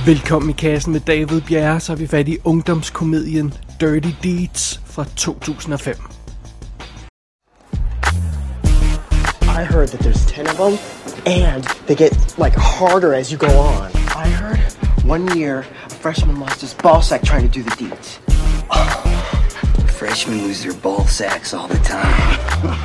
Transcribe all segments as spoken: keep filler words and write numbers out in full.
Velkommen i kassen med David Bjerre, så er vi fat i ungdomskomedien Dirty Deeds fra to tusind og fem. I heard that there's ten of them, and they get like harder as you go on. I heard one year a freshman lost his ball sack trying to do the deeds. Freshmen lose their ball sacks all the time.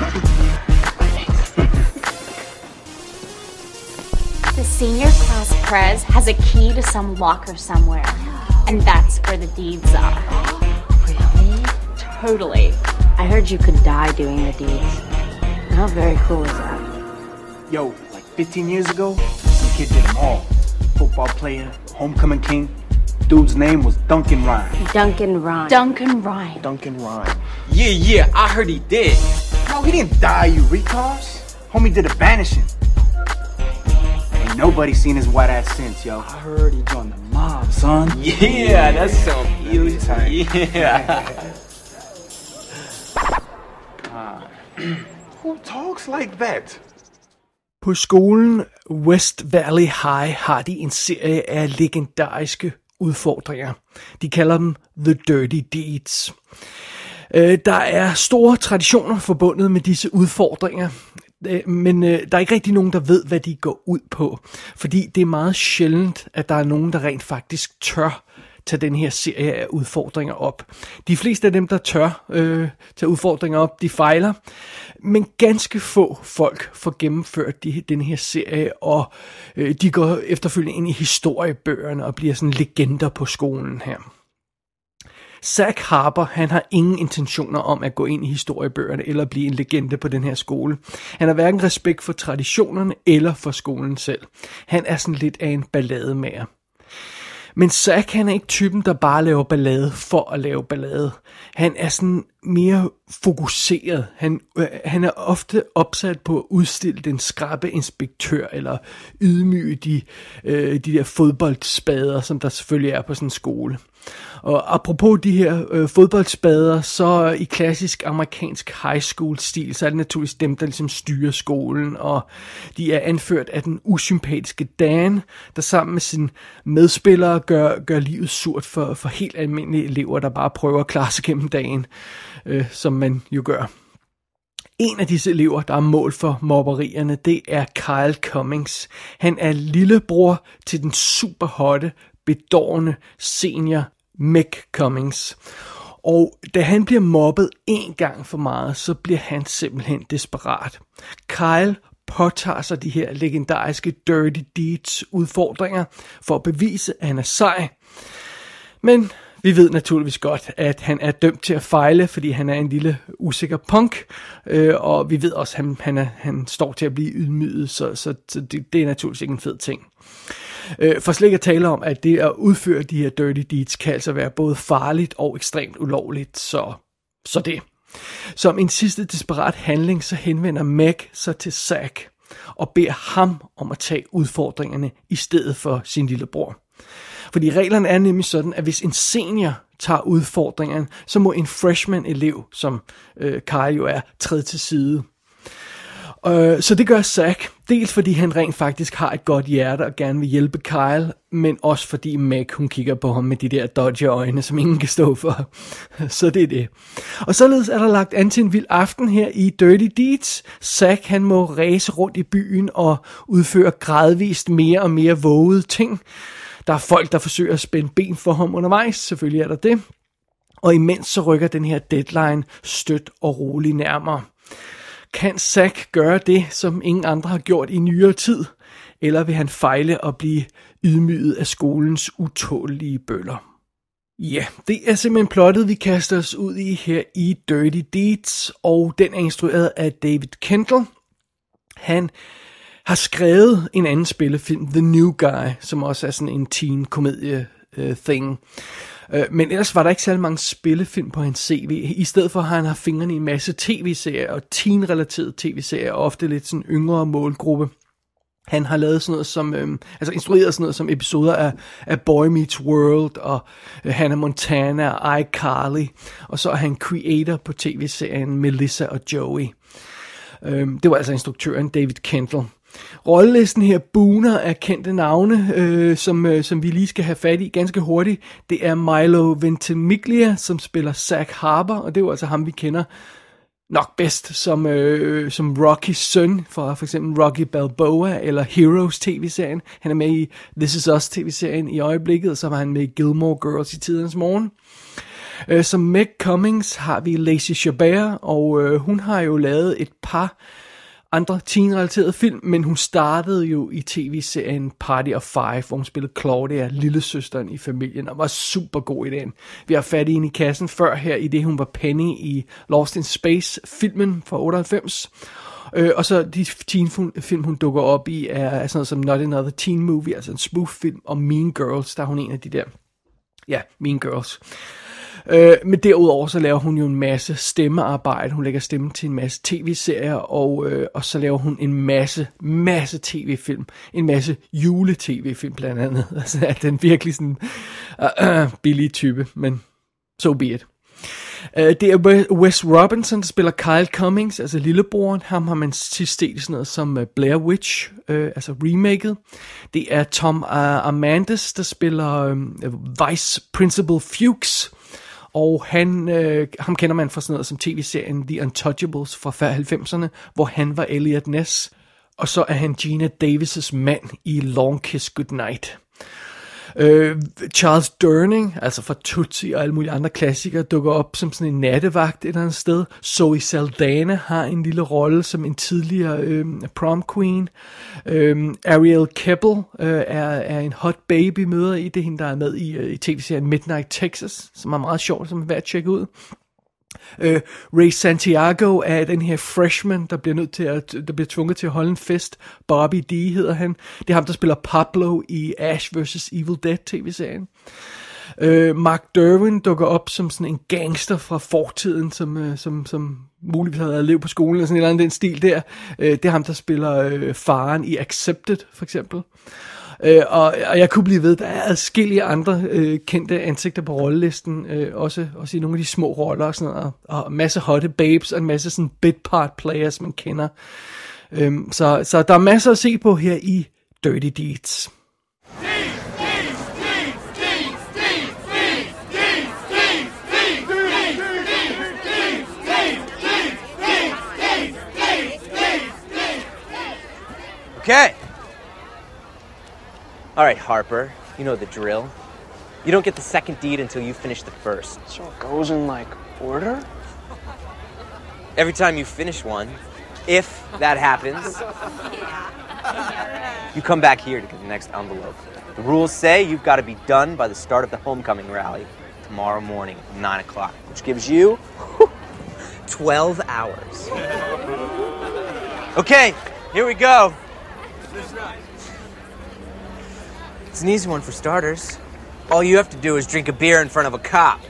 The senior class prez has a key to some locker somewhere, and that's where the deeds are. Really? Totally. I heard you could die doing the deeds. How very cool is that? Yo, like fifteen years ago, some kid did them all. Football player, homecoming king. Dude's name was Duncan Rhyme. Duncan Rhyme. Duncan Rhyme. Duncan Rhyme. Yeah, yeah, I heard he did. No, he didn't die, you retards. Homie did a banishing. Ain't nobody seen his white ass since, yo. I heard he joined the mob, son. Yeah, that's some huge. Yeah. uh, who talks like that? På skolen West Valley High har de en serie af legendariske udfordringer. De kalder dem The Dirty Deeds. Der er store traditioner forbundet med disse udfordringer, men der er ikke rigtig nogen, der ved, hvad de går ud på. Fordi det er meget sjældent, at der er nogen, der rent faktisk tør tage den her serie af udfordringer op. De fleste af dem, der tør øh, tage udfordringer op, de fejler. Men ganske få folk får gennemført de, den her serie, og øh, de går efterfølgende ind i historiebøgerne og bliver sådan legender på skolen her. Zach Harper, han har ingen intentioner om at gå ind i historiebøgerne eller blive en legende på den her skole. Han har hverken respekt for traditionerne eller for skolen selv. Han er sådan lidt af en ballademager. Men Zach, han er ikke typen, der bare laver ballade for at lave ballade. Han er sådan mere fokuseret. Han, øh, han er ofte opsat på at udstille den skrappe inspektør, eller ydmyge de, øh, de der fodboldspader, som der selvfølgelig er på sådan en skole. Og apropos de her øh, fodboldspader, så i klassisk amerikansk high school stil, så er det naturligvis dem, der ligesom styrer skolen, og de er anført af den usympatiske Dan, der sammen med sine medspillere gør, gør livet surt for, for helt almindelige elever, der bare prøver at klare sig gennem dagen, øh, som man jo gør. En af disse elever, der er mål for mobberierne, det er Kyle Cummings. Han er lillebror til den superhotte, bedårende senior Meg Cummings. Og da han bliver mobbet en gang for meget, så bliver han simpelthen desperat. Kyle påtager sig de her legendariske Dirty Deeds udfordringer for at bevise, at han er sej. Men vi ved naturligvis godt, at han er dømt til at fejle, fordi han er en lille usikker punk, øh, og vi ved også, at han, han, er, han står til at blive ydmyget, så, så, så det, det er naturligvis ikke en fed ting. Øh, for slet ikke at tale om, at det at udføre de her Dirty Deeds kan altså være både farligt og ekstremt ulovligt, så, så det. Som en sidste desperat handling, så henvender Meg sig til Zach og beder ham om at tage udfordringerne i stedet for sin lillebror. Fordi reglerne er nemlig sådan, at hvis en senior tager udfordringerne, så må en freshman-elev, som øh, Kyle jo er, træde til side. Øh, så det gør Zach, dels fordi han rent faktisk har et godt hjerte og gerne vil hjælpe Kyle, men også fordi Meg, hun kigger på ham med de der dodgy øjne, som ingen kan stå for. Så det er det. Og således er der lagt an til en vild aften her i Dirty Deeds. Zach, han må ræse rundt i byen og udføre gradvist mere og mere vågede ting. Der er folk, der forsøger at spænde ben for ham undervejs, selvfølgelig er der det. Og imens så rykker den her deadline støt og roligt nærmere. Kan Zach gøre det, som ingen andre har gjort i nyere tid? Eller vil han fejle og blive ydmyget af skolens utålige bøller? Ja, yeah, det er simpelthen plottet, vi kaster os ud i her i Dirty Deeds, og den er instrueret af David Kendall. Han har skrevet en anden spillefilm, The New Guy, som også er sådan en teen-komedie-thing. Uh, Men ellers var der ikke særlig mange spillefilm på hans C V. I stedet for har han haft fingrene i en masse tv-serier og teen-relaterede tv-serier, og ofte lidt sådan yngre målgruppe. Han har lavet sådan noget som, øhm, altså instrueret sådan noget som episoder af, af Boy Meets World og øh, Hannah Montana og iCarly. Og så er han creator på tv-serien Melissa og Joey. Øhm, det var altså instruktøren David Kendall. Rollelisten her buner af kendte navne, øh, som, øh, som vi lige skal have fat i ganske hurtigt. Det er Milo Ventimiglia, som spiller Zach Harper, og det er jo altså ham, vi kender nok bedst som, øh, som Rockys søn fra for eksempel Rocky Balboa eller Heroes tv-serien. Han er med i This Is Us tv-serien i øjeblikket, og så var han med i Gilmore Girls i tidernes morgen. Øh, som Meg Cummings har vi Lacey Chabert, og øh, hun har jo lavet et par andre teen-relaterede film, men hun startede jo i tv-serien Party of Five, hvor hun spillede Claudia, lillesøsteren i familien, og var super god i den. Vi har fat i hende i kassen før her, i det hun var Penny i Lost in Space-filmen fra otteoghalvfems. Øh, og så de teen-film, hun dukker op i, er sådan noget som Not Another Teen Movie, altså en spoof-film, og Mean Girls, der er hun en af de der, ja, Mean Girls. Øh, men derudover så laver hun jo en masse stemmearbejde. Hun lægger stemme til en masse tv-serier, og, øh, og så laver hun en masse, masse tv-film. En masse jule-tv-film blandt andet. Altså er den virkelig sådan uh, uh, billig type, men so be it. Uh, det er Wes Robinson, der spiller Kyle Cummings, altså lillebroren. Ham har man sidst set i sådan noget som uh, Blair Witch, uh, altså remaket. Det er Tom uh, Amandes, der spiller um, Vice Principal Fuchs. Og han, øh, ham kender man fra sådan noget som tv-serien The Untouchables fra halvfemserne, hvor han var Elliot Ness. Og så er han Gina Davis' mand i Long Kiss Goodnight. Øh, Charles Durning, altså fra Tootsie og alle mulige andre klassikere, dukker op som sådan en nattevagt et eller andet sted. Zoe Saldana har en lille rolle som en tidligere øh, prom queen. Øh, Ariel Kebbel øh, er, er en hot baby møder i det, hende der er med i, øh, i tv-serien Midnight Texas, som er meget sjovt, som er værd at tjekke ud. Uh, Ray Santiago er den her freshman, der bliver nødt til at, der bliver tvunget til at holde en fest. Bobby D hedder han. Det er ham, der spiller Pablo i Ash versus. Evil Dead tv-serien. Uh, Mark Derwin dukker op som sådan en gangster fra fortiden, som, uh, som, som muligvis havde elev på skolen, eller sådan en eller anden den stil der. Uh, det er ham, der spiller uh, faren i Accepted, for eksempel. Øh, og, og jeg kunne blive ved, der er adskillige andre øh, kendte ansigter på rollelisten, øh, også, også i nogle af de små roller og sådan noget, og, og en masse hotte babes, og en masse sådan bit part players, man kender. Øh, så, så der er masser at se på her i Dirty Deeds. Okay. All right, Harper, you know the drill. You don't get the second deed until you finish the first. So it goes in, like, order? Every time you finish one, if that happens, you come back here to get the next envelope. The rules say you've got to be done by the start of the homecoming rally tomorrow morning at nine o'clock, which gives you twelve hours. Okay, here we go. It's an easy one for starters. All you have to do is drink a beer in front of a cop.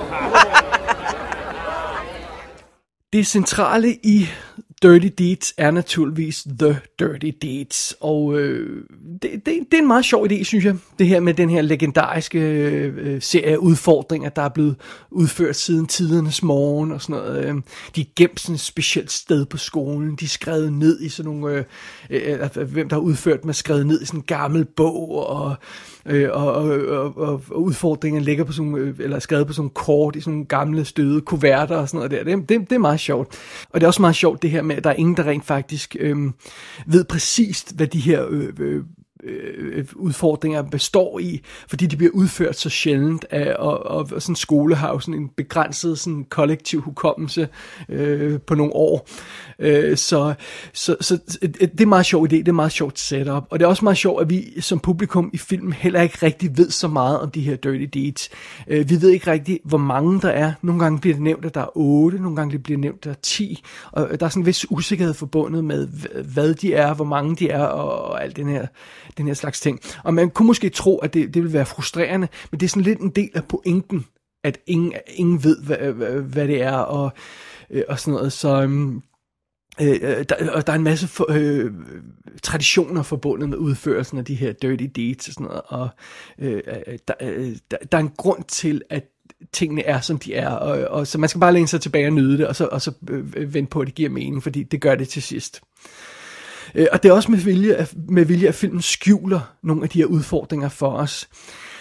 Det centrale i Dirty Deeds er naturligvis The Dirty Deeds, og øh, det, det, det er en meget sjov idé, synes jeg, det her med den her legendariske øh, serie udfordringer, der er blevet udført siden tidernes morgen og sådan noget. Øh, de er gemt sådan et specielt sted på skolen, de er skrevet ned i sådan nogle, øh, øh, hvem der har udført dem er skrevet ned i sådan en gammel bog, og Øh, og, og, og, og udfordringen ligger på sådan, øh, eller skrevet på sådan kort i sådan nogle gamle støde kuverter og sådan noget der. Det, det, det er meget sjovt. Og det er også meget sjovt det her med, at der er ingen, der rent faktisk øh, ved præcist, hvad de her øh, øh, øh, udfordringer består i, fordi de bliver udført så sjældent, af, og, og, og sådan en skole har jo sådan en begrænset sådan kollektiv hukommelse øh, på nogle år. Øh, så, så, så det er meget sjovt idé, det er meget sjovt setup, og det er også meget sjovt, at vi som publikum i filmen heller ikke rigtig ved så meget om de her Dirty Deeds. Øh, vi ved ikke rigtig, hvor mange der er. Nogle gange bliver det nævnt, at der er otte, nogle gange bliver det nævnt, at der er ti, og der er sådan en vis usikkerhed forbundet med, hvad de er, hvor mange de er, og, og alt den her, den her slags ting. Og man kunne måske tro, at det, det vil være frustrerende, men det er sådan lidt en del af pointen, at ingen, ingen ved, hvad, hvad, hvad det er, og, og sådan noget, så... Um, Øh, der, og der er en masse for, øh, traditioner forbundet med udførelsen af de her Dirty Deeds og sådan noget, og øh, der, øh, der, der er en grund til, at tingene er, som de er, og, og så man skal bare læne sig tilbage og nyde det, og så, og så øh, vente på, at det giver mening, fordi det gør det til sidst. Øh, og det er også med vilje, at, med vilje, at filmen skjuler nogle af de her udfordringer for os.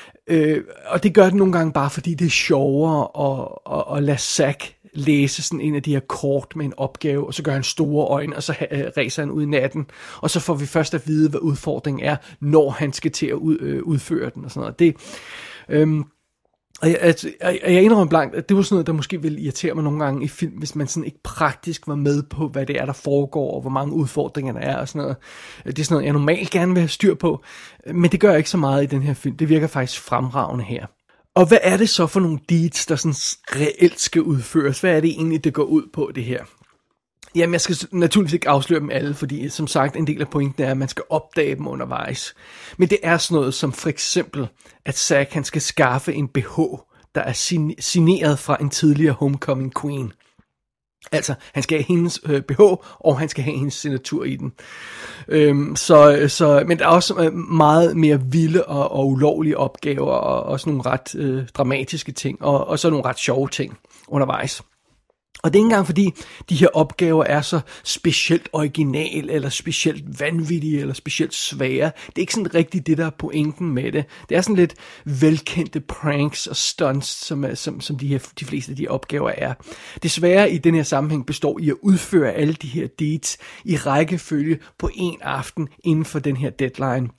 Øh, og det gør det nogle gange bare, fordi det er sjovere at, at, at lade Zack læse sådan en af de her kort med en opgave, og så gør han store øjne, og så øh, ræser han ud i natten, og så får vi først at vide, hvad udfordringen er, når han skal til at ud, øh, udføre den, og sådan noget. Det, øh, og jeg, altså, jeg, jeg indrømmer blankt, at det var sådan noget, der måske ville irritere mig nogle gange i film, hvis man sådan ikke praktisk var med på, hvad det er, der foregår, og hvor mange udfordringer der er, og sådan noget. Det er sådan noget, jeg normalt gerne vil have styr på, men det gør jeg ikke så meget i den her film. Det virker faktisk fremragende her. Og hvad er det så for nogle deeds, der sådan reelt skal udføres? Hvad er det egentlig, det går ud på, det her? Jamen, jeg skal naturligvis ikke afsløre dem alle, fordi som sagt, en del af pointen er, at man skal opdage dem undervejs. Men det er sådan noget som for eksempel, at Zack han skal skaffe en B H, der er signeret fra en tidligere homecoming queen. Altså, han skal have hendes øh, B H, og han skal have hendes signatur i den. Øhm, så, så, men der er også meget mere vilde og, og ulovlige opgaver, og også nogle ret øh, dramatiske ting, og, og så nogle ret sjove ting undervejs. Og det er ikke engang fordi, de her opgaver er så specielt original, eller specielt vanvittige, eller specielt svære. Det er ikke sådan rigtigt det, der er pointen med det. Det er sådan lidt velkendte pranks og stunts, som, er, som, som de, her, de fleste af de opgaver er. Det svære i den her sammenhæng består i at udføre alle de her deeds i rækkefølge på en aften inden for den her deadline.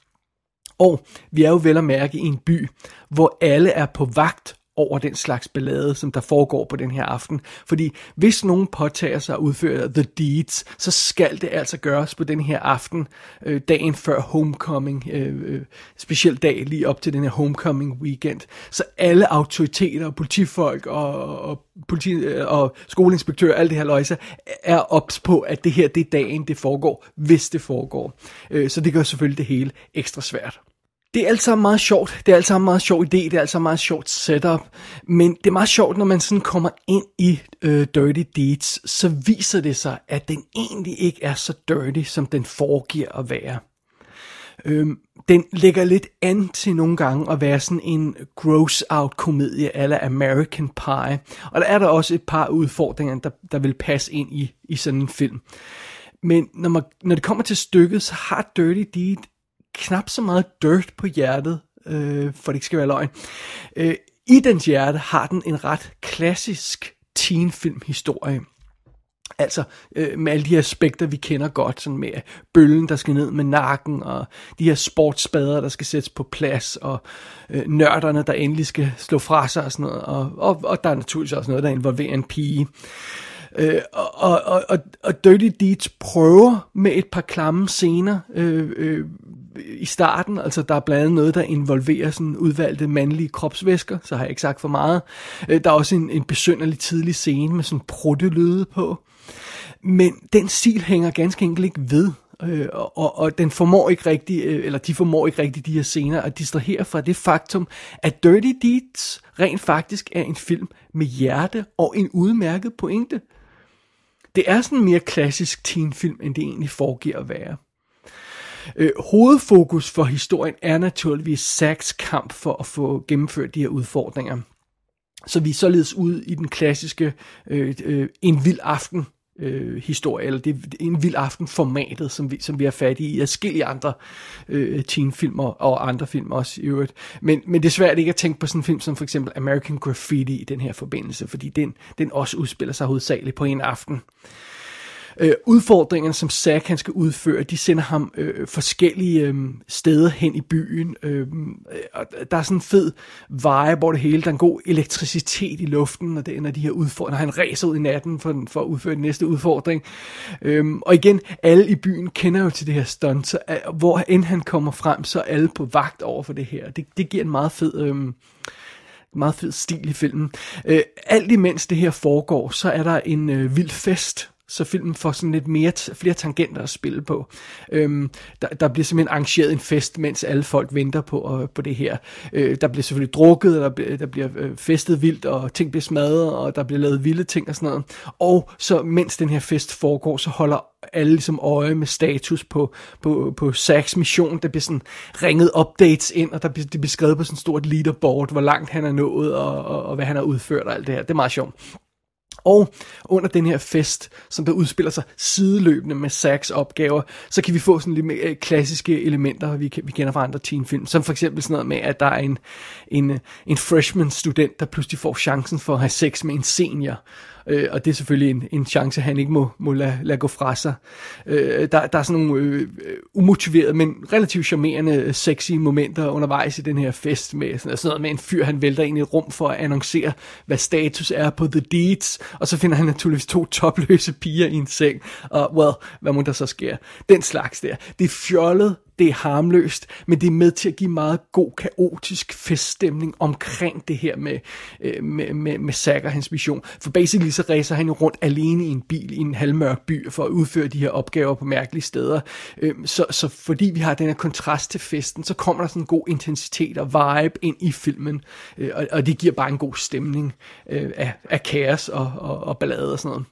Og vi er jo vel at mærke i en by, hvor alle er på vagt over den slags ballade, som der foregår på den her aften. Fordi hvis nogen påtager sig at udføre the deeds, så skal det altså gøres på den her aften, øh, dagen før homecoming, øh, speciel dag lige op til den her homecoming weekend. Så alle autoriteter og politifolk og, og, politi, og skoleinspektører, alle det her løjse, er ops på, at det her det er dagen, det foregår, hvis det foregår. Øh, så det gør selvfølgelig det hele ekstra svært. Det er alt sammen meget sjovt, det er alt sammen meget sjov idé, det er alt sammen meget sjovt setup, men det er meget sjovt, når man sådan kommer ind i øh, Dirty Deeds, så viser det sig, at den egentlig ikke er så dirty, som den foregiver at være. Øhm, den lægger lidt an til nogle gange at være sådan en gross-out komedie a la American Pie, og der er der også et par udfordringer, der, der vil passe ind i, i sådan en film. Men når, man, når det kommer til stykket, så har Dirty Deed knap så meget dirt på hjertet, øh, for det ikke skal være løgn. Øh, I dens hjerte har den en ret klassisk teenfilmhistorie. Altså øh, med alle de aspekter, vi kender godt, sådan med bøllen, der skal ned med nakken, og de her sportsspader, der skal sættes på plads, og øh, nørderne, der endelig skal slå fra sig og sådan noget, og, og, og der er naturligvis også noget, der involverer en pige. Øh, og, og, og, og Dirty Deeds prøver med et par klamme scener øh, øh, i starten, altså der er blandt andet noget, der involverer sådan udvalgte mandlige kropsvæsker, så har jeg ikke sagt for meget. Øh, der er også en, en besynderlig tidlig scene med sådan pruttelyde på. Men den stil hænger ganske enkelt ikke ved, øh, og, og den formår ikke rigtig, øh, eller de formår ikke rigtig de her scener at distrahere fra det faktum, at Dirty Deeds rent faktisk er en film med hjerte og en udmærket pointe. Det er sådan en mere klassisk teenfilm, end det egentlig foregiver at være. Øh, hovedfokus for historien er naturligvis Zacks kamp for at få gennemført de her udfordringer. Så vi er således ude i den klassiske øh, øh, en vild aften øh, historie, eller det er en vild aften formatet, som vi, som vi er fat i i adskillige andre øh, teenfilmer og andre film også i øvrigt. Men, men det er svært ikke at tænke på sådan en film som for eksempel American Graffiti i den her forbindelse, fordi den, den også udspiller sig hovedsageligt på en aften. Øh, udfordringerne, som Zack han skal udføre, de sender ham øh, forskellige øh, steder hen i byen. Øh, og der er sådan en fed vibe hvor det hele. Der er en god elektricitet i luften, når, det, når de her udfordringer, når han ræser ud i natten for, for at udføre den næste udfordring. Øh, og igen, alle i byen kender jo til det her stunt, så øh, hvor end han kommer frem, så er alle på vagt over for det her. Det, det giver en meget fed... Øh, meget fed stil i filmen. Øh, alt imens det her foregår, så er der en øh, vild fest, så filmen får sådan lidt mere t- flere tangenter at spille på. Øhm, der, der bliver simpelthen arrangeret en fest, mens alle folk venter på, øh, på det her. Øh, der bliver selvfølgelig drukket, og der, der bliver øh, festet vildt, og ting bliver smadret, og der bliver lavet vilde ting og sådan noget. Og så mens den her fest foregår, så holder alle ligesom øje med status på, på, på Zacks mission. Der bliver sådan ringet updates ind, og der bliver, det bliver skrevet på sådan et stort leaderboard, hvor langt han er nået, og, og, og hvad han har udført og alt det her. Det er meget sjovt. Og under den her fest, som der udspiller sig sideløbende med Zacks opgaver, så kan vi få sådan lidt mere klassiske elementer, vi, vi kender fra andre teenfilm. Som for eksempel sådan noget med, at der er en, en, en freshman-student, der pludselig får chancen for at have sex med en senior. Øh, og det er selvfølgelig en, en chance, han ikke må, må lade, lade gå fra sig. Øh, der, der er sådan nogle øh, umotiverede, men relativt charmerende, sexy momenter undervejs i den her fest, med sådan, sådan noget med en fyr, han vælter ind i et rum for at annoncere, hvad status er på The Deeds, og så finder han naturligvis to topløse piger i en seng, og well, hvad må der så sker? Den slags der. Det er fjollet, det er harmløst, men det er med til at give meget god, kaotisk feststemning omkring det her med, med, med, med Zack og hans mission. For basically så ræser han jo rundt alene i en bil i en halvmørk by for at udføre de her opgaver på mærkelige steder. Så, så fordi vi har den her kontrast til festen, så kommer der sådan en god intensitet og vibe ind i filmen, og, og det giver bare en god stemning af, af kaos og, og, og ballade og sådan noget.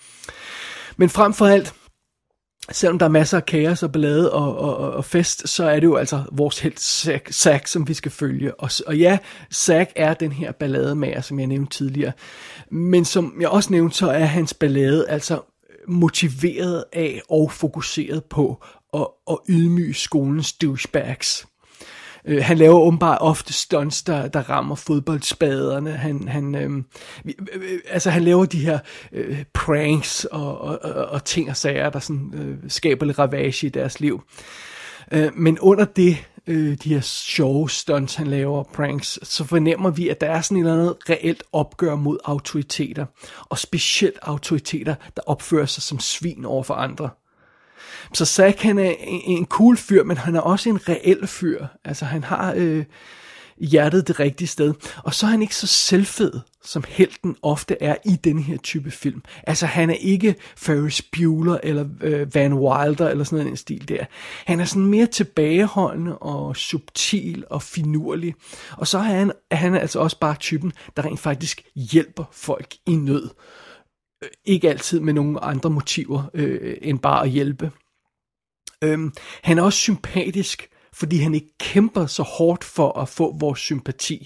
Men frem for alt, selvom der er masser af kaos og ballade og, og, og fest, så er det jo altså vores helt Zack, Zack, som vi skal følge. Og, og ja, Zack er den her ballademager, som jeg nævnte tidligere. Men som jeg også nævnte, så er hans ballade altså motiveret af og fokuseret på at, at ydmyge skolens douchebags. Uh, han laver åbenbart ofte stunts, der, der rammer fodboldspaderne. Han, han, øhm, øh, altså, han laver de her øh, pranks og, og, og, og ting og sager, der sådan, øh, skaber lidt ravage i deres liv. Uh, men under det, øh, de her sjove stunts, han laver, pranks, så fornemmer vi, at der er sådan et eller andet reelt opgør mod autoriteter. Og specielt autoriteter, der opfører sig som svin over for andre. Så Zack, han er en, en cool fyr, men han er også en reel fyr. Altså, han har øh, hjertet det rigtige sted. Og så er han ikke så selvfed, som helten ofte er i denne her type film. Altså, han er ikke Ferris Bueller eller øh, Van Wilder eller sådan en stil der. Han er sådan mere tilbageholdende og subtil og finurlig. Og så er han, er han altså også bare typen, der rent faktisk hjælper folk i nød. Ikke altid med nogle andre motiver øh, end bare at hjælpe. Øhm, han er også sympatisk, fordi han ikke kæmper så hårdt for at få vores sympati.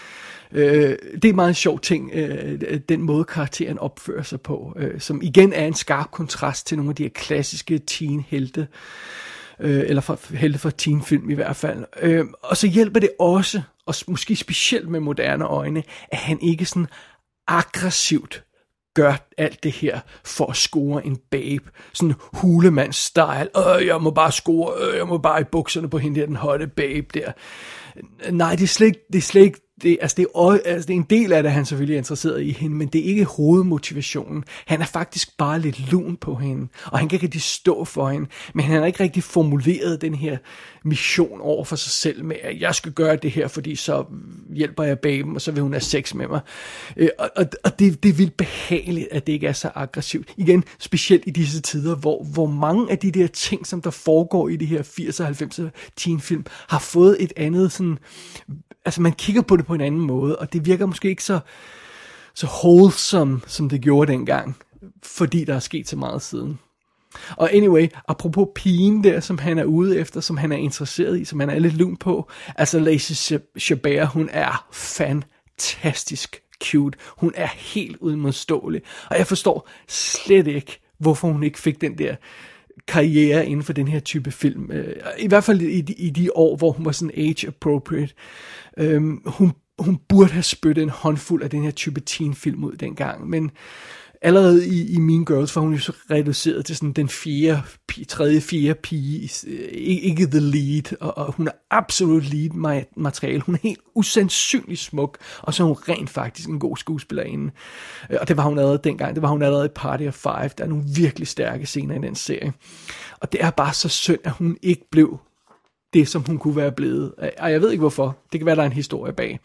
Øh, det er en meget sjov ting, øh, den måde karakteren opfører sig på, øh, som igen er en skarp kontrast til nogle af de her klassiske teen-helte, øh, eller for, helte fra teenfilm i hvert fald. Øh, og så hjælper det også, og måske specielt med moderne øjne, at han ikke sådan aggressivt gør alt det her for at score en babe. Sådan hulemands-style. Øh, jeg må bare score, øh, jeg må bare i bukserne på hende der, den hotte babe der. Nej, det er slet ikke, det er slet ikke, det, altså, det er, altså det er en del af det, han selvfølgelig er interesseret i hende, men det er ikke hovedmotivationen. Han er faktisk bare lidt lun på hende, og han kan ikke rigtig stå for hende, men han har ikke rigtig formuleret den her mission over for sig selv med, at jeg skal gøre det her, fordi så hjælper jeg baben, og så vil hun have sex med mig. Og, og, og det, det er vildt behageligt, at det ikke er så aggressivt. Igen, specielt i disse tider, hvor, hvor mange af de der ting, som der foregår i de her firser og halvfemser teenfilm, har fået et andet sådan, altså man kigger på det på en anden måde, og det virker måske ikke så, så wholesome, som det gjorde dengang, fordi der er sket så meget siden. Og anyway, apropos pigen der, som han er ude efter, som han er interesseret i, som han er lidt lun på, altså Lacey Chabert, hun er fantastisk cute. Hun er helt uimodståelig, og jeg forstår slet ikke, hvorfor hun ikke fik den der karriere inden for den her type film. I hvert fald i de, i de år, hvor hun var sådan age appropriate. Um, hun, hun burde have spyttet en håndfuld af den her type teenfilm ud dengang, men allerede i, i Mean Girls var hun jo så reduceret til sådan den fjerde, tredje, fjerde pige, ikke the lead, og, og hun er absolut lead materiale. Hun er helt usandsynligt smuk, og så er hun rent faktisk en god skuespillerinde. Og det var hun allerede dengang, det var hun allerede i Party of Five. Der er nogle virkelig stærke scener i den serie. Og det er bare så synd, at hun ikke blev det, som hun kunne være blevet. Og jeg ved ikke hvorfor. Det kan være, der er en historie bag.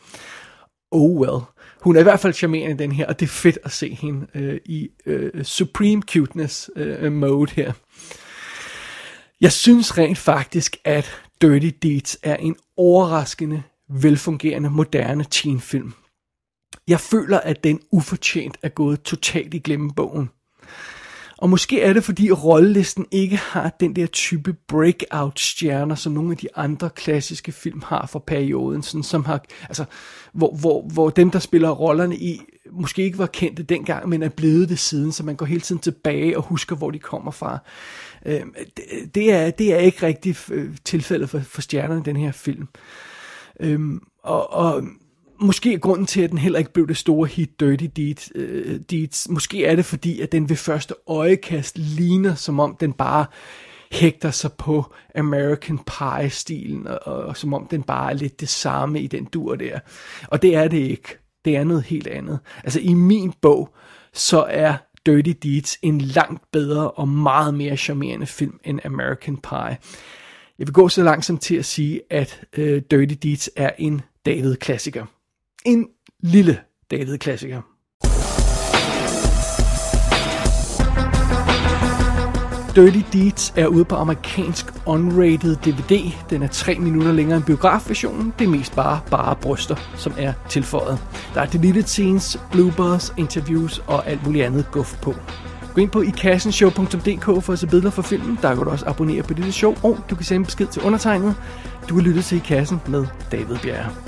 Oh well. Hun er i hvert fald charmerende i den her, og det er fedt at se hende øh, i øh, supreme cuteness øh, mode her. Jeg synes rent faktisk, at Dirty Deeds er en overraskende, velfungerende, moderne teenfilm. Jeg føler, at den ufortjent er gået totalt i glemmebogen. Og måske er det, fordi rollelisten ikke har den der type breakout-stjerner, som nogle af de andre klassiske film har fra perioden, sådan, som har, altså, hvor, hvor, hvor dem, der spiller rollerne i, måske ikke var kendte dengang, men er blevet det siden, så man går hele tiden tilbage og husker, hvor de kommer fra. Øh, det, det, er, det er ikke rigtig tilfældet for, for stjernerne i den her film. Øh, og... og Måske er grunden til, at den heller ikke blev det store hit Dirty Deeds, uh, Deeds. Måske er det fordi, at den ved første øjekast ligner, som om den bare hægter sig på American Pie-stilen, og, og som om den bare er lidt det samme i den dur der. Og det er det ikke. Det er noget helt andet. Altså i min bog, så er Dirty Deeds en langt bedre og meget mere charmerende film end American Pie. Jeg vil gå så langsomt til at sige, at uh, Dirty Deeds er en David-klassiker. En lille David-klassiker. Dirty Deeds er ude på amerikansk unrated D V D. Den er tre minutter længere end biografversionen. Det er mest bare bare bryster, som er tilføjet. Der er deleted scenes, bloopers, interviews og alt muligt andet guf på. Gå ind på i kassen show punktum d k for at se billeder fra filmen. Der kan du også abonnere på dette show, og du kan sende besked til undertegnet. Du kan lytte til I Kassen med David Bjerre.